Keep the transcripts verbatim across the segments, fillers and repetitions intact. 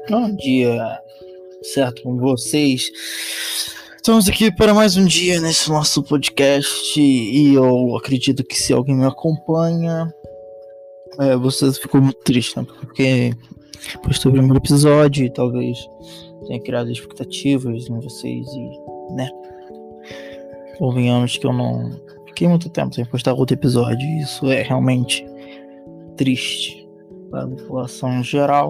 Bom dia, certo com vocês? Estamos aqui para mais um dia nesse nosso podcast e eu acredito que se alguém me acompanha, é, você ficou muito triste, né? Porque postou o primeiro episódio e talvez tenha criado expectativas em vocês e, né? Convenhamos que eu não fiquei muito tempo sem postar outro episódio e isso é realmente triste para a população em geral.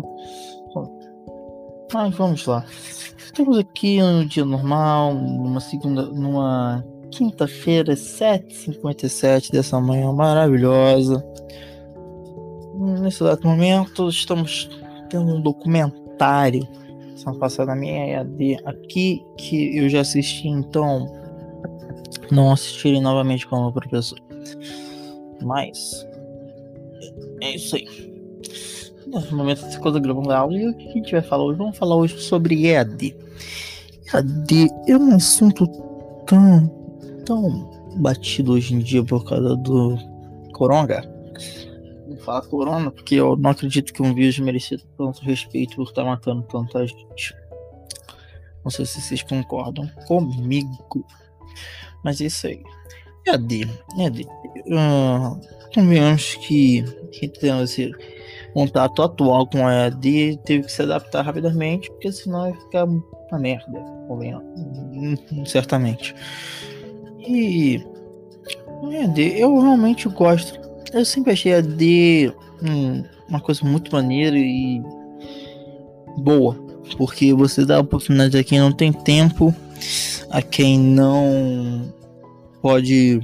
Mas vamos lá. Estamos aqui no dia normal, numa segunda, numa quinta-feira, sete e cinquenta e sete dessa manhã maravilhosa. Nesse exato momento, estamos tendo um documentário semana passada na minha E A D aqui que eu já assisti, então não assistirei novamente como professor. Mas é isso aí. Nesse momento, essa coisa gravando a aula, e o que a gente vai falar hoje? Vamos falar hoje sobre E A D. E A D é um assunto tão, tão batido hoje em dia por causa do Coronga. Vou falar Corona porque eu não acredito que um vírus merecia tanto respeito por estar matando tanta gente. Não sei se vocês concordam comigo, mas é isso aí. E A D, E A D. Uh, convenhamos que quem tem esse contato atual com a E A D teve que se adaptar rapidamente, porque senão ia ficar uma merda, certamente. E E A D, eu realmente gosto. Eu sempre achei a E A D hum, uma coisa muito maneira e boa, porque você dá oportunidade a quem não tem tempo, a quem não pode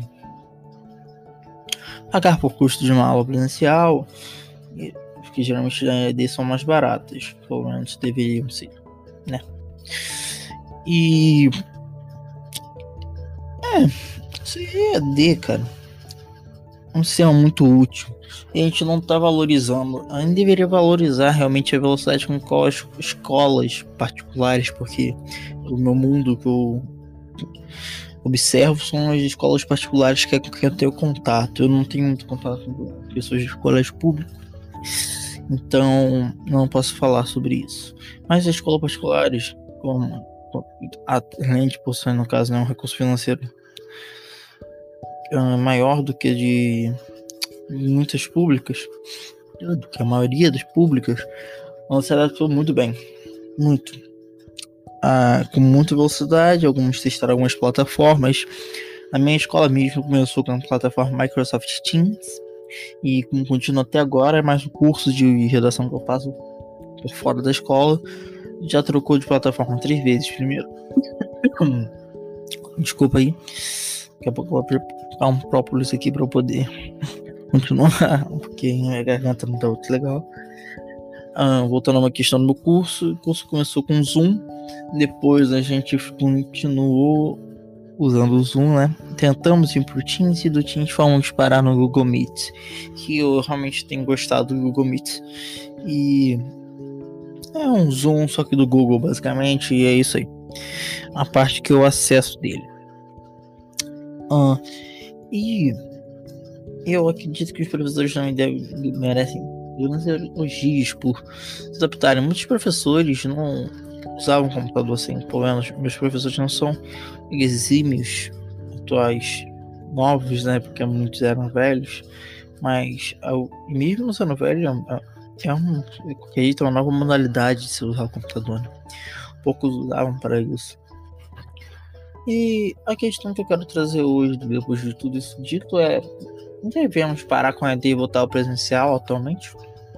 pagar por custo de uma aula presencial, porque geralmente as E A D são mais baratas, pelo menos deveriam ser, né? E é, isso é E A D, cara, um sistema muito útil. E a gente não tá valorizando. A gente deveria valorizar realmente a velocidade com qual as escolas particulares, porque o meu mundo que eu observo são as escolas particulares que é com quem eu tenho contato. Eu não tenho muito contato com pessoas de colégio público, então não posso falar sobre isso. Mas as escolas particulares, como além de possuir, no caso, né, um recurso financeiro uh, maior do que de muitas públicas, do que a maioria das públicas, ela se adaptou muito bem, muito, ah, com muita velocidade. Alguns testaram algumas plataformas. A minha escola mesmo começou com a plataforma Microsoft Teams e como continua até agora, mas o curso de redação que eu faço por fora da escola já trocou de plataforma três vezes primeiro. Desculpa aí, daqui a pouco eu vou preparar um própolis aqui para eu poder continuar, porque minha garganta não tá muito legal. Ah, voltando a uma questão do meu curso, o curso começou com Zoom, depois a gente continuou usando o Zoom, né? Tentamos ir pro Teams e do Teams fomos parar no Google Meet, que eu realmente tenho gostado do Google Meet. E é um Zoom só que do Google, basicamente, e é isso aí. A parte que eu acesso dele. Ah, e eu acredito que os professores também devem, merecem grandes elogios por se adaptarem. Muitos professores não usavam computador sem problemas. Meus professores não são exímios atuais, novos, né? Porque muitos eram velhos. Mas mesmo sendo velho, é um, é uma nova modalidade de se usar o computador, né? Poucos usavam para isso. E a questão que eu quero trazer hoje, depois de tudo isso dito, é: devemos parar com a E A D e voltar ao presencial atualmente?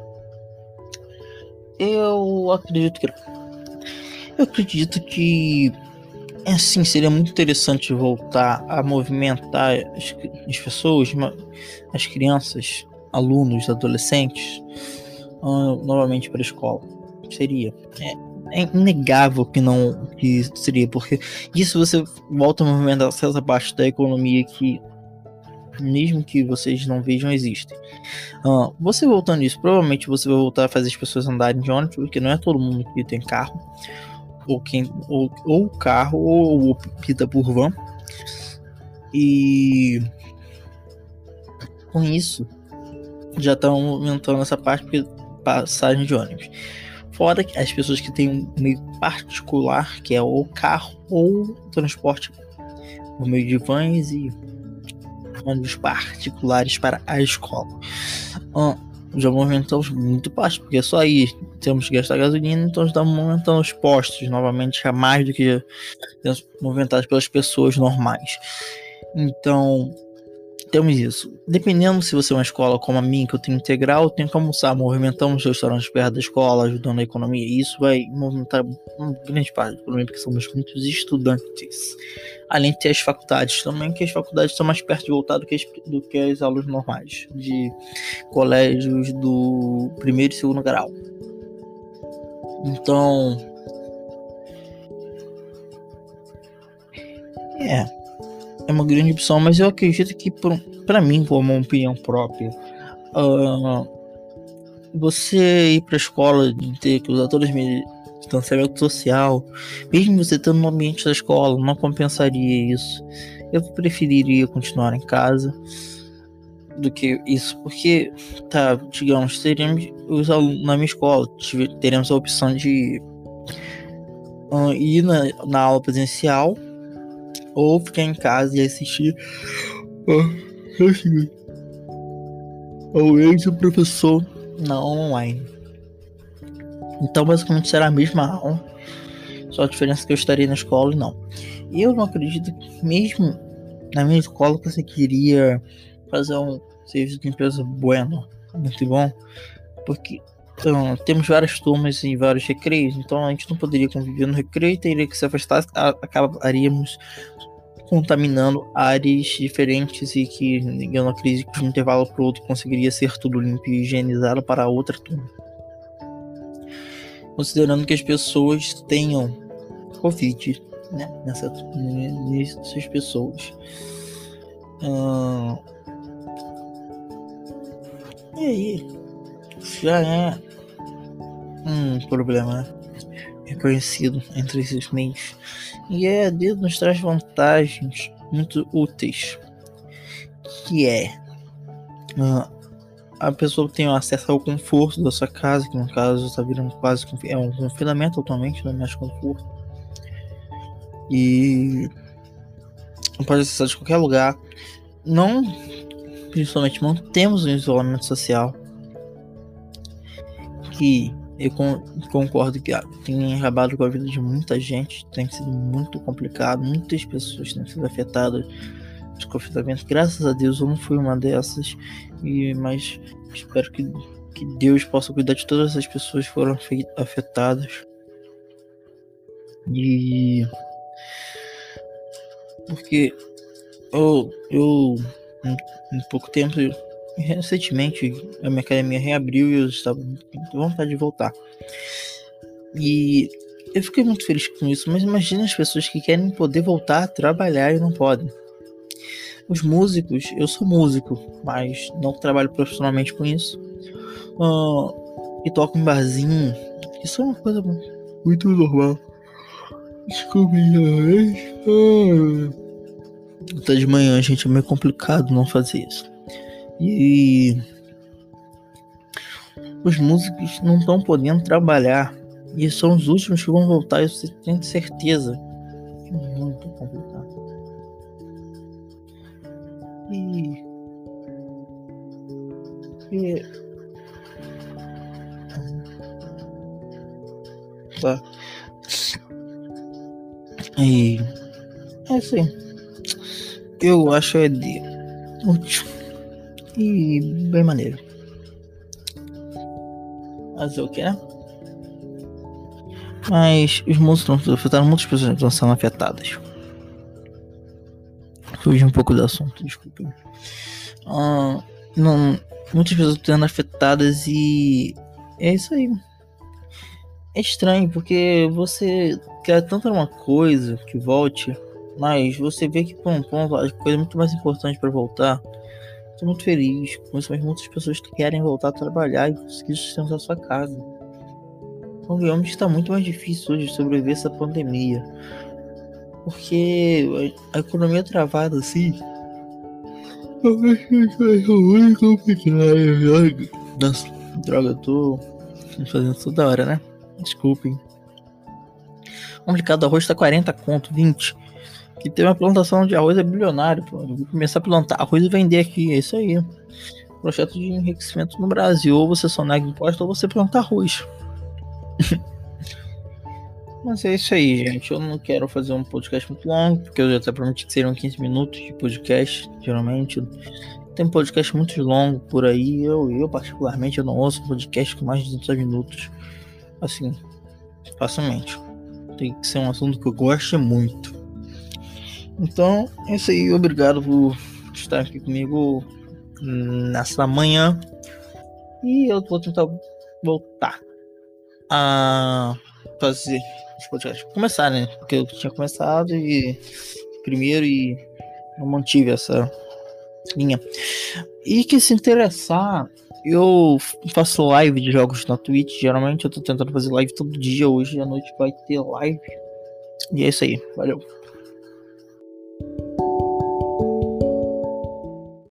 Eu acredito que eu acredito que assim, seria muito interessante voltar a movimentar as, as pessoas, as crianças, alunos, adolescentes, uh, novamente para a escola. Seria. É, é inegável que não que seria, porque isso você volta a movimentar essa parte da economia que, mesmo que vocês não vejam, existem. Uh, você voltando isso, provavelmente você vai voltar a fazer as pessoas andarem de ônibus, porque não é todo mundo que tem carro, ou quem ou, ou carro, ou opta por van. E com isso já estão aumentando essa parte de passagem de ônibus. Fora que as pessoas que têm um meio particular, que é ou carro ou transporte por meio de vans e ônibus particulares para a escola. Ah, já movimentamos muito parte, porque é só aí temos que gastar gasolina, então já estamos movimentando os postos novamente, a mais do que movimentados pelas pessoas normais. Então, temos isso. Dependendo se você é uma escola como a minha, que eu tenho integral, eu tenho que almoçar. Movimentamos os restaurantes perto da escola, ajudando a economia. E isso vai movimentar uma grande parte do problema, porque somos muitos estudantes. Além de ter as faculdades também, que as faculdades estão mais perto de voltar do que as, do que as aulas normais de colégios do primeiro e segundo grau. Então, é, é uma grande opção, mas eu acredito que, para mim, como uma opinião própria, uh, você ir para a escola e ter que usar todas as medidas de distanciamento social, mesmo você estando no ambiente da escola, não compensaria isso. Eu preferiria continuar em casa do que isso, porque, tá, digamos, teremos os alunos na minha escola, teremos a opção de uh, ir na, na aula presencial ou ficar em casa e assistir ao ex professor na online. Então basicamente será a mesma aula, só a diferença é que eu estaria na escola e não. E eu não acredito que mesmo na minha escola você queria fazer um serviço de empresa bueno, muito bom, porque então, temos várias turmas e vários recreios, então a gente não poderia conviver no recreio, teria que se afastar, acabaríamos contaminando áreas diferentes e que eu não acredito que de um intervalo para o outro conseguiria ser tudo limpo e higienizado para outra turma. Considerando que as pessoas tenham Covid, né, nessa, nessas pessoas. Hum, e aí, já é um problema reconhecido entre esses meios. E a E A D nos traz vantagens muito úteis, que é uh, a pessoa tem acesso ao conforto da sua casa, que no caso está virando quase é um confinamento atualmente, não é mais conforto, e pode acessar de qualquer lugar. Não, principalmente mantemos o isolamento social, que eu concordo que tem acabado com a vida de muita gente, tem sido muito complicado, muitas pessoas têm sido afetadas de confinamento. Graças a Deus eu não fui uma dessas, e, mas espero que, que Deus possa cuidar de todas essas pessoas que foram afetadas. E porque eu, eu em pouco tempo, recentemente a minha academia reabriu e eu estava com vontade de voltar. E eu fiquei muito feliz com isso, mas imagina as pessoas que querem poder voltar a trabalhar e não podem. Os músicos, eu sou músico, mas não trabalho profissionalmente com isso. Uh, e toco em barzinho. Isso é uma coisa muito normal. Desculpe, até de manhã, gente, é meio complicado não fazer isso. E os músicos não estão podendo trabalhar, e são os últimos que vão voltar, isso eu tenho certeza. É muito complicado. E, e tá. E é assim, eu acho é de útil e bem maneiro. Fazer o que, né? Mas os músicos estão afetando, muitas pessoas estão sendo afetadas. Fugi um pouco do assunto, desculpa. Ah, não, muitas pessoas estão sendo afetadas e é isso aí. É estranho porque você quer tanto uma coisa que volte, mas você vê que por um ponto a coisa é muito mais importante para voltar. Estou muito feliz com isso, mas muitas pessoas querem voltar a trabalhar e conseguir sustentar sua casa. Então, digamos que está muito mais difícil hoje sobreviver essa pandemia, porque a economia travada assim. Nossa, droga, eu tô fazendo toda hora, né? Desculpem. O mercado do arroz tá quarenta conto, vinte. Que tem uma plantação de arroz é bilionário, pô. Eu vou começar a plantar arroz e vender aqui, é isso aí. Projeto de enriquecimento no Brasil. Ou você só nega imposto ou você planta arroz. Mas é isso aí, gente. Eu não quero fazer um podcast muito longo, porque eu já até prometi que seriam quinze minutos de podcast, geralmente. Tem podcast muito longo por aí. Eu, eu particularmente, eu não ouço um podcast com mais de duzentos minutos. Assim, facilmente. Tem que ser um assunto que eu goste muito. Então, é isso aí. Obrigado por estar aqui comigo nessa manhã. E eu vou tentar voltar a fazer os podcasts. Começar, né? Porque eu tinha começado e primeiro e não mantive essa linha. E que se interessar, eu faço live de jogos na Twitch. Geralmente eu tô tentando fazer live todo dia. Hoje à noite vai ter live. E é isso aí. Valeu.